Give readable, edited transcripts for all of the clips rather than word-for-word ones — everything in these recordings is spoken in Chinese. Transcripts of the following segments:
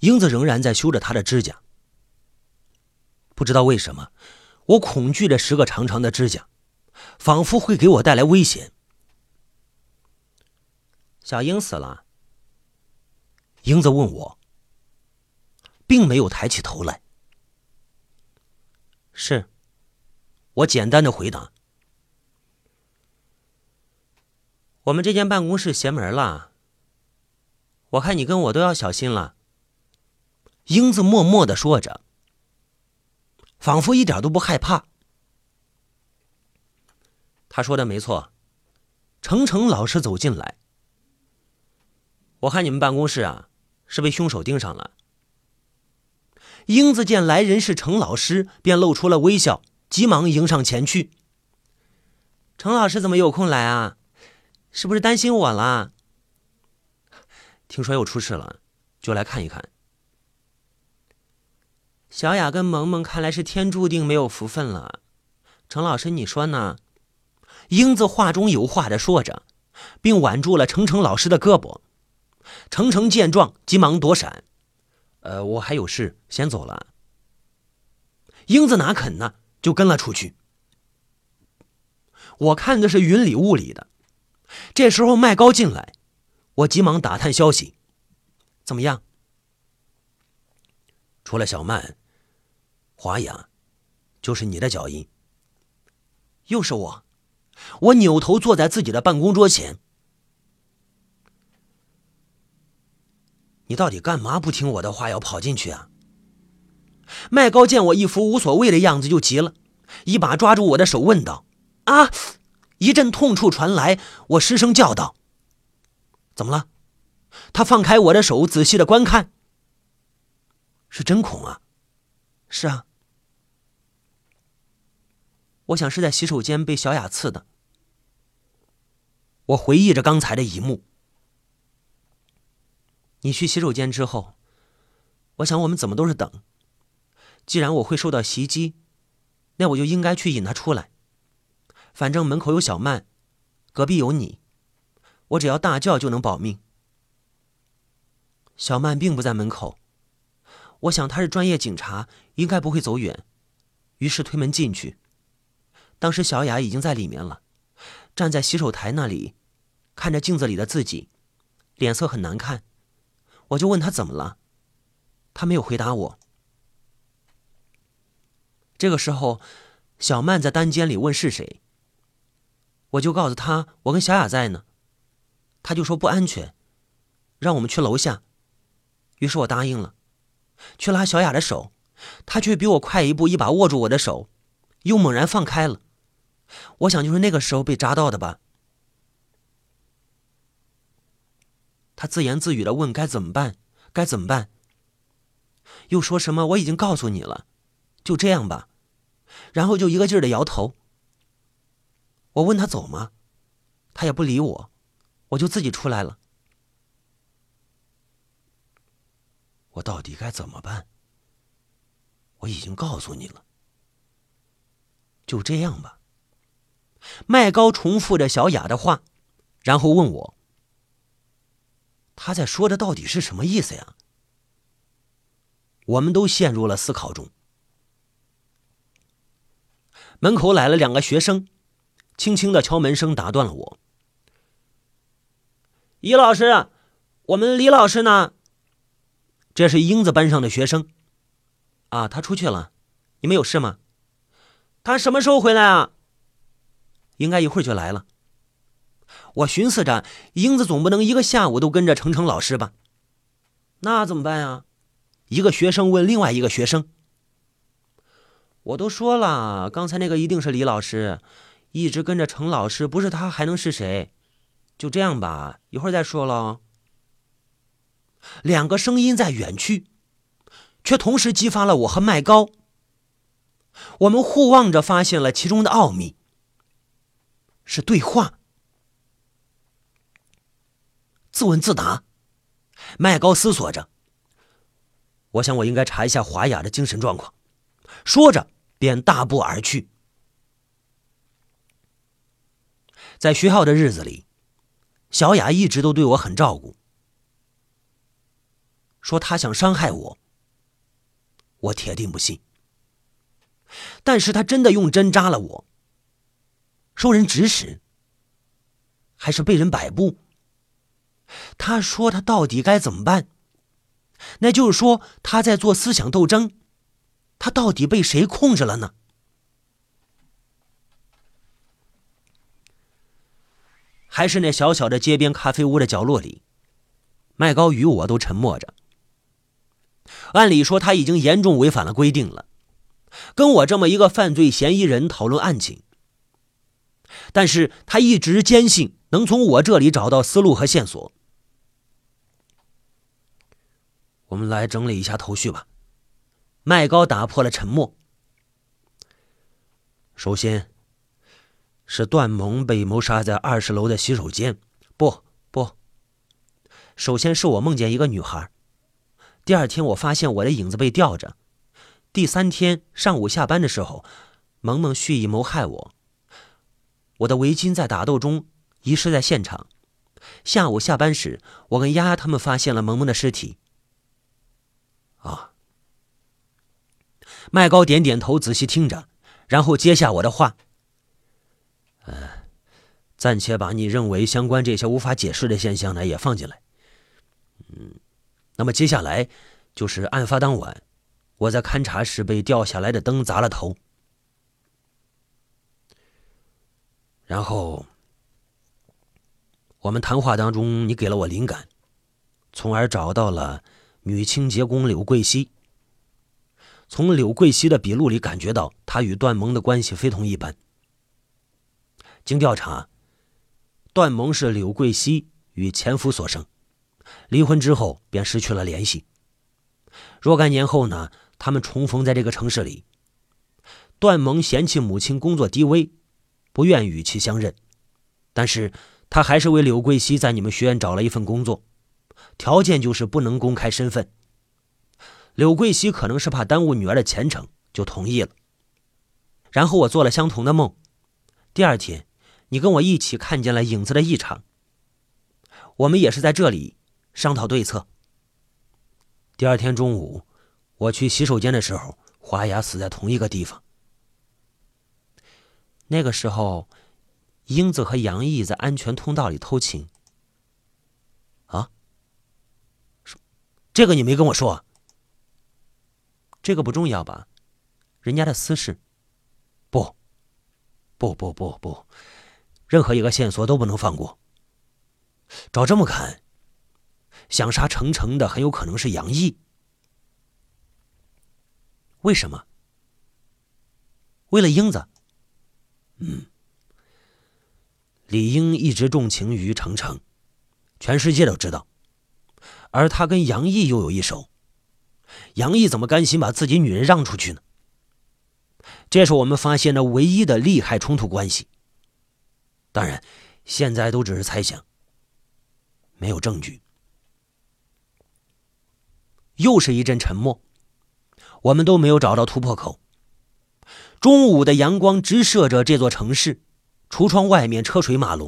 英子仍然在修着她的指甲。不知道为什么，我恐惧这10个长长的指甲，仿佛会给我带来危险。 小英死了？ 英子问我，并没有抬起头来。 是， 我简单的回答。 我们这间办公室邪门了，我看你跟我都要小心了。 英子默默地说着，仿佛一点都不害怕。 他说的没错。 程程老师走进来， 我看你们办公室啊，是被凶手盯上了。 英子见来人是程老师，便露出了微笑，急忙迎上前去。 程老师怎么有空来啊？是不是担心我了？ 听说又出事了，就来看一看。 小雅跟萌萌看来是天注定没有福分了。程老师你说呢？ 英子话中有话地说着，并挽住了程程老师的胳膊。程程见状急忙躲闪。我还有事，先走了。英子哪肯呢，就跟了出去。我看的是云里雾里的。这时候麦高进来，我急忙打探消息。怎么样？除了小曼，华雅，就是你的脚印。又是我。我扭头坐在自己的办公桌前。你到底干嘛不听我的话，要跑进去啊？麦高见我一副无所谓的样子就急了，一把抓住我的手问道：啊！一阵痛楚传来，我失声叫道：怎么了？他放开我的手，仔细的观看。是针孔啊？ 是啊。我想是在洗手间被小雅刺的。 我回忆着刚才的一幕。 你去洗手间之后，我想我们怎么都是等。既然我会受到袭击，那我就应该去引他出来。反正门口有小曼，隔壁有你，我只要大叫就能保命。小曼并不在门口，我想她是专业警察，应该不会走远，于是推门进去。当时小雅已经在里面了，站在洗手台那里，看着镜子里的自己，脸色很难看。我就问她怎么了，她没有回答我。这个时候，小曼在单间里问是谁，我就告诉她我跟小雅在呢，她就说不安全，让我们去楼下。于是我答应了，去拉小雅的手，她却比我快一步，一把握住我的手，又猛然放开了。我想就是那个时候被扎到的吧。他自言自语地问该怎么办，该怎么办，又说什么我已经告诉你了，就这样吧，然后就一个劲儿地摇头。我问他走吗，他也不理我，我就自己出来了。 我到底该怎么办？我已经告诉你了，就这样吧。麦高重复着小雅的话，然后问我，他在说的到底是什么意思呀？我们都陷入了思考中。门口来了2个学生，轻轻的敲门声打断了我。 尹老师，我们李老师呢？ 这是英子班上的学生。 啊，他出去了。你们有事吗？他什么时候回来啊？应该一会儿就来了。 我寻思着，英子总不能一个下午都跟着程程老师吧？ 那怎么办呀？ 一个学生问另外一个学生。 我都说了，刚才那个一定是李老师，一直跟着程老师，不是他还能是谁？就这样吧，一会儿再说了。 2个声音在远去，却同时激发了我和麦高。我们互望着，发现了其中的奥秘，是对话，自问自答。麦高思索着，我想我应该查一下华雅的精神状况，说着便大步而去。在学校的日子里，小雅一直都对我很照顾。 说他想伤害我，我铁定不信。但是他真的用针扎了我，受人指使，还是被人摆布。他说他到底该怎么办？那就是说他在做思想斗争，他到底被谁控制了呢？还是那小小的街边咖啡屋的角落里，麦高与我都沉默着。按理说他已经严重违反了规定了，跟我这么一个犯罪嫌疑人讨论案情，但是他一直坚信能从我这里找到思路和线索。我们来整理一下头绪吧。麦高打破了沉默。首先是段萌被谋杀在20楼的洗手间。不，首先是我梦见一个女孩。第二天我发现我的影子被吊着。第3天上午下班的时候，萌萌蓄意谋害我。我的围巾在打斗中遗失在现场。下午下班时，我跟丫丫他们发现了萌萌的尸体。麦高点点头，仔细听着，然后接下我的话。暂且把你认为相关这些无法解释的现象呢也放进来。那么接下来就是案发当晚，我在勘察时被掉下来的灯砸了头。然后我们谈话当中，你给了我灵感，从而找到了女清洁工柳桂熙。从柳桂熙的笔录里感觉到她与段萌的关系非同一般。经调查，段萌是柳桂熙与前夫所生，离婚之后便失去了联系。若干年后呢，他们重逢在这个城市里。段萌嫌弃母亲工作低微，不愿与其相认，但是他还是为柳桂熙在你们学院找了一份工作，条件就是不能公开身份。柳桂熙可能是怕耽误女儿的前程，就同意了。然后我做了相同的梦。第2天，你跟我一起看见了影子的异常。我们也是在这里商讨对策。第2天中午，我去洗手间的时候，华雅死在同一个地方。那个时候，英子和杨毅在安全通道里偷情。这个你没跟我说。这个不重要吧？人家的私事。不，任何一个线索都不能放过。照这么看，想杀程程的很有可能是杨毅。为什么？为了英子。李英一直重情于程程，全世界都知道，而他跟杨毅又有一手。杨毅怎么甘心把自己女人让出去呢？这是我们发现的唯一的利害冲突关系。当然，现在都只是猜想，没有证据。又是一阵沉默，我们都没有找到突破口。中午的阳光直射着这座城市，橱窗外面车水马龙。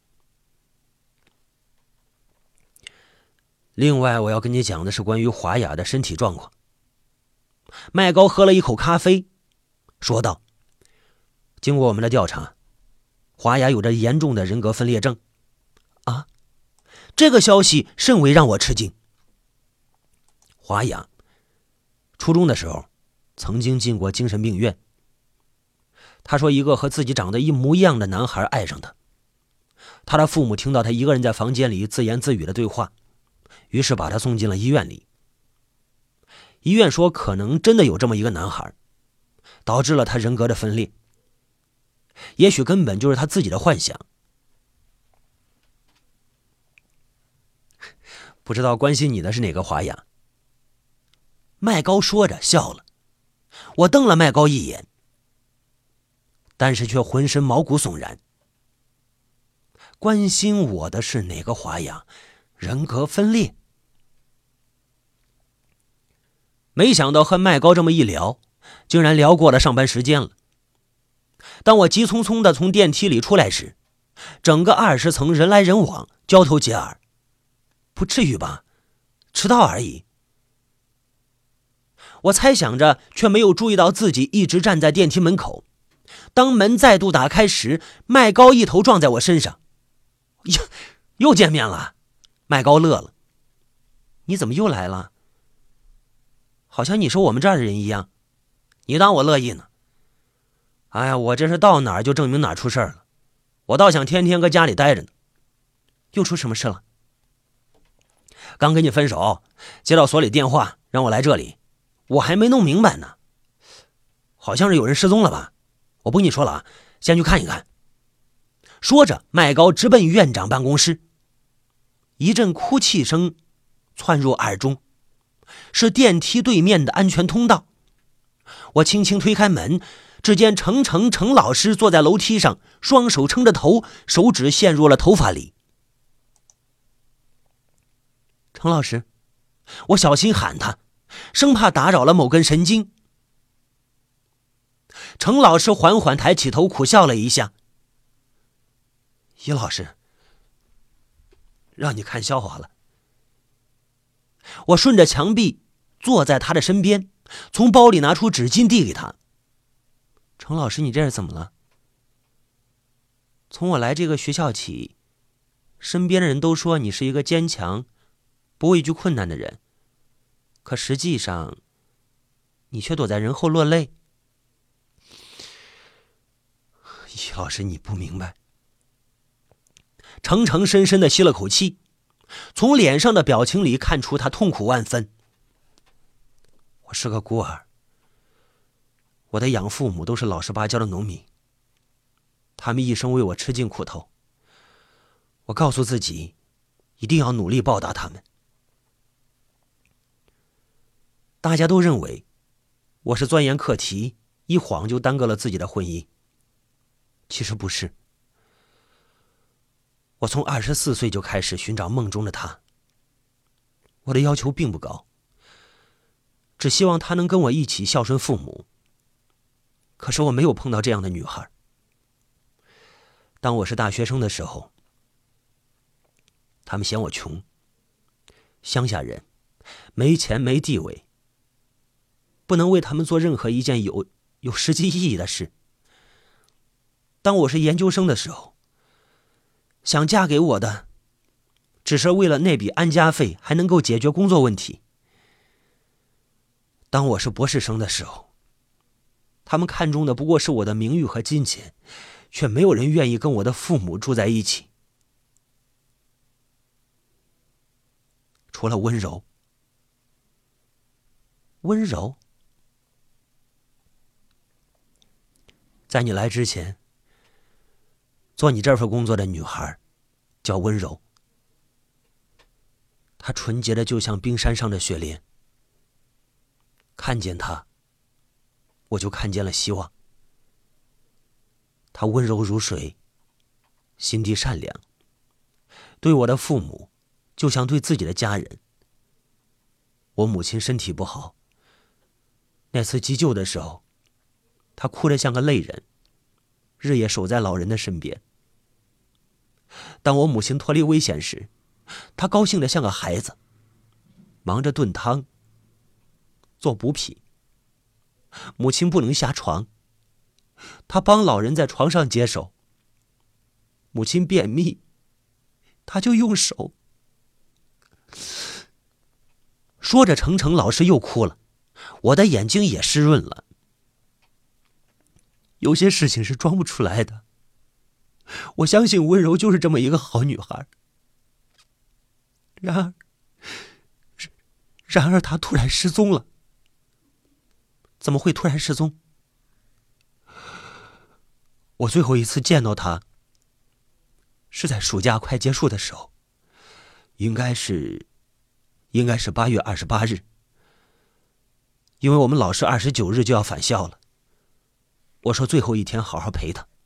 另外，我要跟你讲的是关于华雅的身体状况。麦高喝了一口咖啡，说道：经过我们的调查，华雅有着严重的人格分裂症。这个消息甚为让我吃惊。华雅初中的时候曾经进过精神病院。他说一个和自己长得一模一样的男孩爱上他。他的父母听到他一个人在房间里自言自语的对话，于是把他送进了医院里。医院说可能真的有这么一个男孩，导致了他人格的分裂，也许根本就是他自己的幻想。不知道关心你的是哪个华雅？麦高说着笑了。我瞪了麦高一眼，但是却浑身毛骨悚然。关心我的是哪个华雅？人格分裂？没想到和麦高这么一聊，竟然聊过了上班时间了。当我急匆匆地从电梯里出来时，整个20层人来人往，交头接耳。不至于吧？迟到而已， 我猜想着，却没有注意到自己一直站在电梯门口。当门再度打开时，麦高一头撞在我身上。又见面了。麦高乐了。你怎么又来了？好像你是我们这儿的人一样。你当我乐意呢？哎呀，我这是到哪儿就证明哪儿出事了。我倒想天天搁家里待着呢。又出什么事了？刚跟你分手，接到所里电话让我来这里，我还没弄明白呢。好像是有人失踪了吧？我不跟你说了啊，先去看一看。说着，麦高直奔院长办公室。一阵哭泣声窜入耳中，是电梯对面的安全通道。我轻轻推开门，只见程老师坐在楼梯上，双手撑着头，手指陷入了头发里。程老师，我小心喊他，生怕打扰了某根神经。程老师缓缓抬起头，苦笑了一下。易老师，让你看笑话了。我顺着墙壁坐在他的身边，从包里拿出纸巾递给他。程老师，你这是怎么了？从我来这个学校起，身边的人都说你是一个坚强、不畏惧困难的人，可实际上，你却躲在人后落泪。易老师，你不明白。程深深地吸了口气，从脸上的表情里看出他痛苦万分。我是个孤儿，我的养父母都是老实巴交的农民，他们一生为我吃尽苦头。我告诉自己，一定要努力报答他们。大家都认为我是钻研课题，一晃就耽搁了自己的婚姻。其实不是，我从24岁就开始寻找梦中的她。我的要求并不高，只希望她能跟我一起孝顺父母。可是我没有碰到这样的女孩。当我是大学生的时候，他们嫌我穷，乡下人，没钱没地位，不能为他们做任何一件有实际意义的事。当我是研究生的时候，想嫁给我的只是为了那笔安家费，还能够解决工作问题。当我是博士生的时候，他们看中的不过是我的名誉和金钱，却没有人愿意跟我的父母住在一起。除了温柔。温柔？在你来之前，做你这份工作的女孩叫温柔。她纯洁的就像冰山上的雪莲。看见她，我就看见了希望。她温柔如水，心地善良，对我的父母就像对自己的家人。我母亲身体不好，那次急救的时候，她哭得像个泪人，日夜守在老人的身边。当我母亲脱离危险时，她高兴得像个孩子，忙着炖汤、做补品。母亲不能下床，她帮老人在床上解手。母亲便秘，她就用手。说着，程老师又哭了，我的眼睛也湿润了。有些事情是装不出来的。我相信温柔就是这么一个好女孩。然而她突然失踪了。怎么会突然失踪？我最后一次见到她是在暑假快结束的时候，应该是8月28日，因为我们老师29日就要返校了。我说最后一天好好陪她。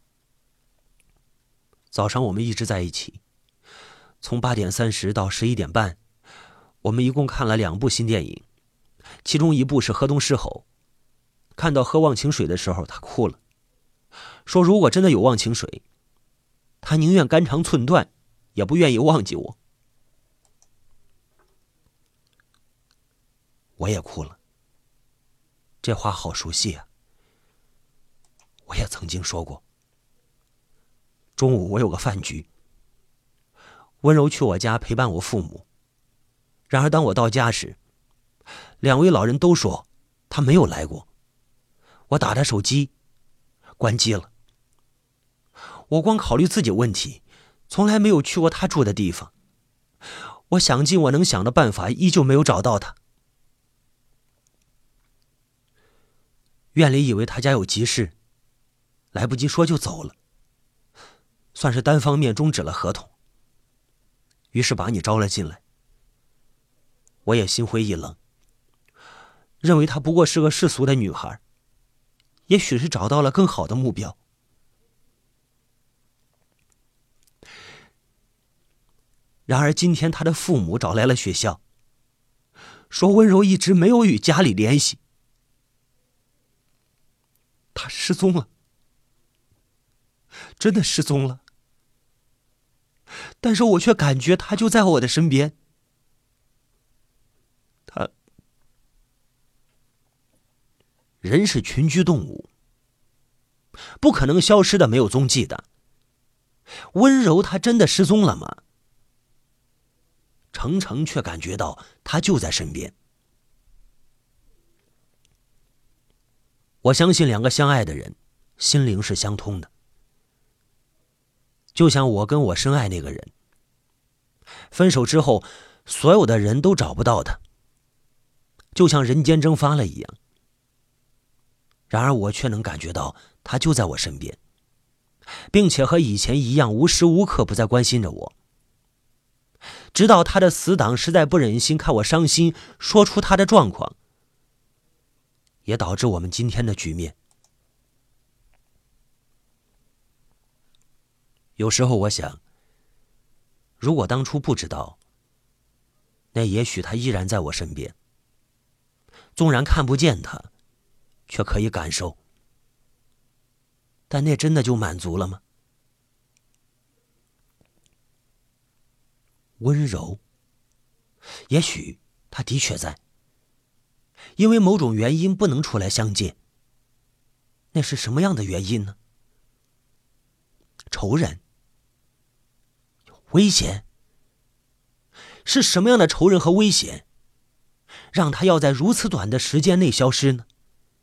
早上我们一直在一起，从8点30到11点半，我们一共看了2部新电影，其中一部是《河东狮吼》。看到喝忘情水的时候，他哭了，说如果真的有忘情水，他宁愿肝肠寸断，也不愿意忘记我。我也哭了。 这话好熟悉啊，我也曾经说过。中午我有个饭局，温柔去我家陪伴我父母。然而当我到家时，2位老人都说他没有来过。我打他手机，关机了。我光考虑自己问题，从来没有去过他住的地方。我想尽我能想的办法，依旧没有找到他。院里以为他家有急事，来不及说就走了，算是单方面终止了合同。于是把你招了进来。我也心灰意冷，认为她不过是个世俗的女孩，也许是找到了更好的目标。然而今天她的父母找来了学校，说温柔一直没有与家里联系，她失踪了，真的失踪了。但是我却感觉她就在我的身边。人是群居动物，不可能消失的没有踪迹的。温柔她真的失踪了吗？程程却感觉到她就在身边。我相信2个相爱的人心灵是相通的，就像我跟我深爱那个人分手之后，所有的人都找不到他，就像人间蒸发了一样。然而我却能感觉到他就在我身边，并且和以前一样无时无刻不在关心着我。直到他的死党实在不忍心看我伤心，说出他的状况，也导致我们今天的局面。有时候我想，如果当初不知道，那也许他依然在我身边，纵然看不见他，却可以感受。但那真的就满足了吗？温柔，也许他的确在，因为某种原因不能出来相见。那是什么样的原因呢？仇人？危险？是什么样的仇人和危险，让他要在如此短的时间内消失呢？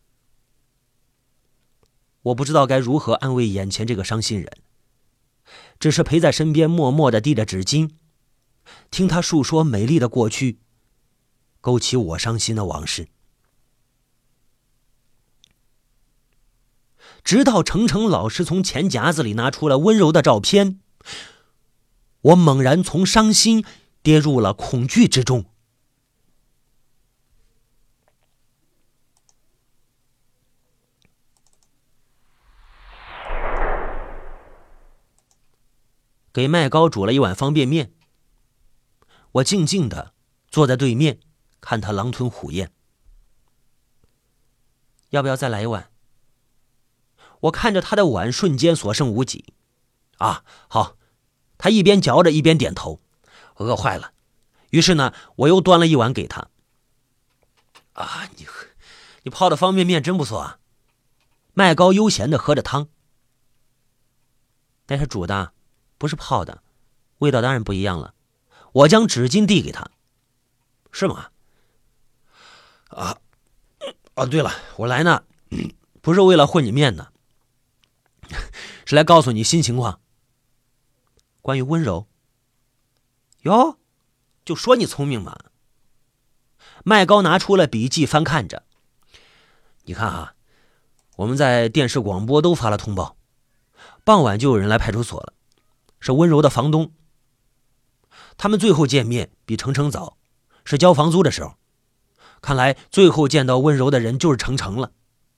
我不知道该如何安慰眼前这个伤心人，只是陪在身边，默默地递着纸巾，听他述说美丽的过去，勾起我伤心的往事。直到程程老师从钱夹子里拿出了温柔的照片，我猛然从伤心跌入了恐惧之中。给麦高煮了一碗方便面，我静静地坐在对面，看他狼吞虎咽。要不要再来一碗？我看着他的碗瞬间所剩无几。啊，好。他一边嚼着一边点头。饿坏了，于是呢，我又端了一碗给他。啊，你泡的方便面真不错啊。麦高悠闲地喝着汤。那是煮的，不是泡的，味道当然不一样了。我将纸巾递给他。是吗？对了，我来呢，不是为了混你面的，是来告诉你新情况。关于温柔。哟，就说你聪明嘛。麦高拿出了笔记翻看着。你看啊，我们在电视广播都发了通报，傍晚就有人来派出所了，是温柔的房东。他们最后见面比程程早，是交房租的时候。看来最后见到温柔的人就是程程了。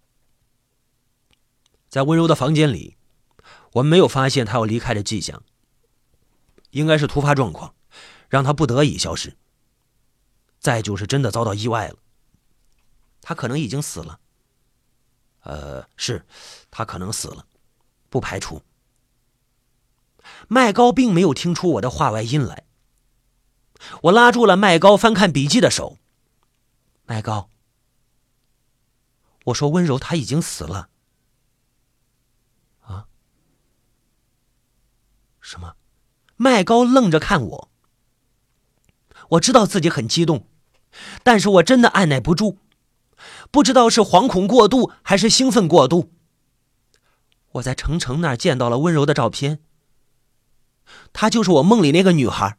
在温柔的房间里，我们没有发现他要离开的迹象，应该是突发状况，让他不得已消失。再就是真的遭到意外了，他可能已经死了。是，他可能死了，不排除。麦高并没有听出我的话外音来，我拉住了麦高翻看笔记的手。麦高， 我说温柔她已经死了。啊？什么？麦高愣着看我。我知道自己很激动，但是我真的按耐不住，不知道是惶恐过度还是兴奋过度。我在程程那儿见到了温柔的照片，她就是我梦里那个女孩。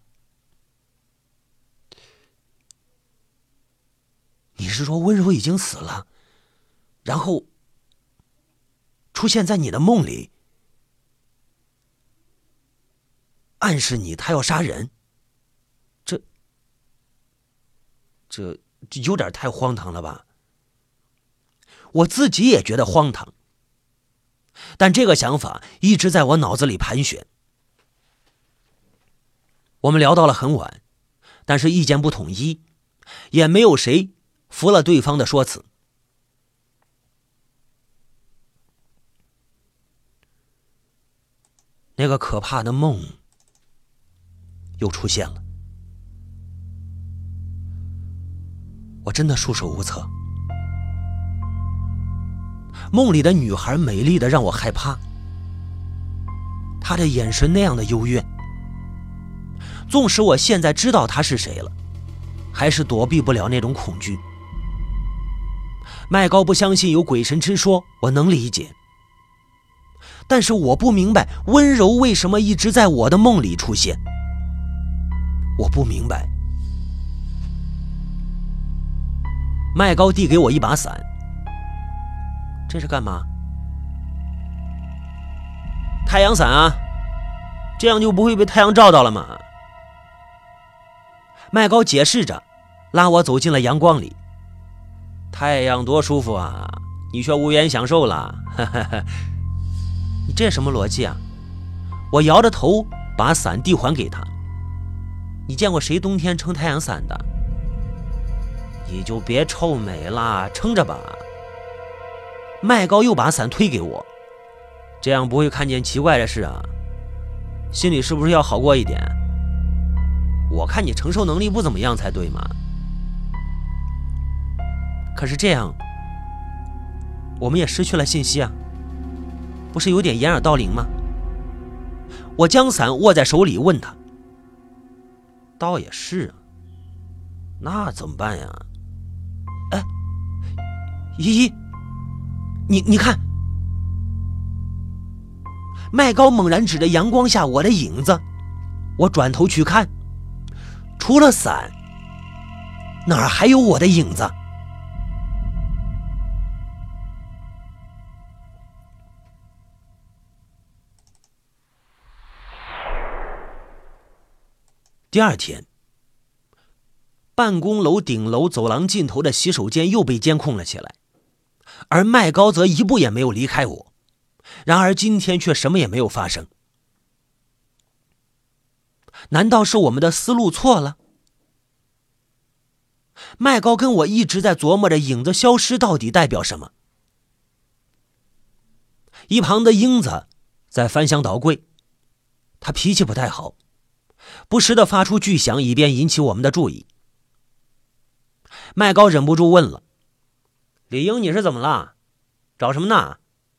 你是说温柔已经死了，然后出现在你的梦里，暗示你她要杀人？这有点太荒唐了吧？我自己也觉得荒唐，但这个想法一直在我脑子里盘旋。我们聊到了很晚，但是意见不统一，也没有谁服了对方的说辞。那个可怕的梦又出现了，我真的束手无策。梦里的女孩美丽的让我害怕，她的眼神那样的幽怨，纵使我现在知道她是谁了，还是躲避不了那种恐惧。麦高不相信有鬼神之说，我能理解，但是我不明白温柔为什么一直在我的梦里出现。我不明白。麦高递给我一把伞，这是干嘛？太阳伞啊，这样就不会被太阳照到了嘛。麦高解释着，拉我走进了阳光里。太阳多舒服啊，你却无缘享受了。你这什么逻辑啊？我摇着头把伞递还给他。你见过谁冬天撑太阳伞的？你就别臭美了，撑着吧。麦高又把伞推给我，这样不会看见奇怪的事啊，心里是不是要好过一点？我看你承受能力不怎么样才对嘛。可是这样我们也失去了信息啊，不是有点掩耳盗铃吗？我将伞握在手里问他，倒也是啊，那怎么办呀？哎，依依，你看。麦高猛然指着阳光下我的影子，我转头去看，除了伞，哪儿还有我的影子？第二天，办公楼顶楼走廊尽头的洗手间又被监控了起来，而麦高则一步也没有离开我。然而今天却什么也没有发生。难道是我们的思路错了？麦高跟我一直在琢磨着影子消失到底代表什么。一旁的英子在翻箱倒柜，他脾气不太好，不时地发出巨响，以便引起我们的注意。麦高忍不住问了：“李英，你是怎么了？找什么呢？”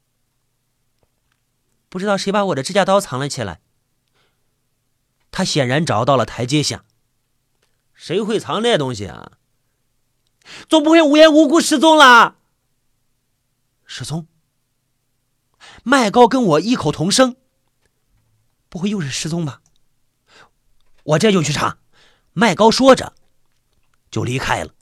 不知道谁把我的指甲刀藏了起来。他显然找到了台阶下。谁会藏这东西啊？总不会无缘无故失踪啦？失踪？麦高跟我异口同声。不会又是失踪吧？我这就去查。麦高说着就离开了。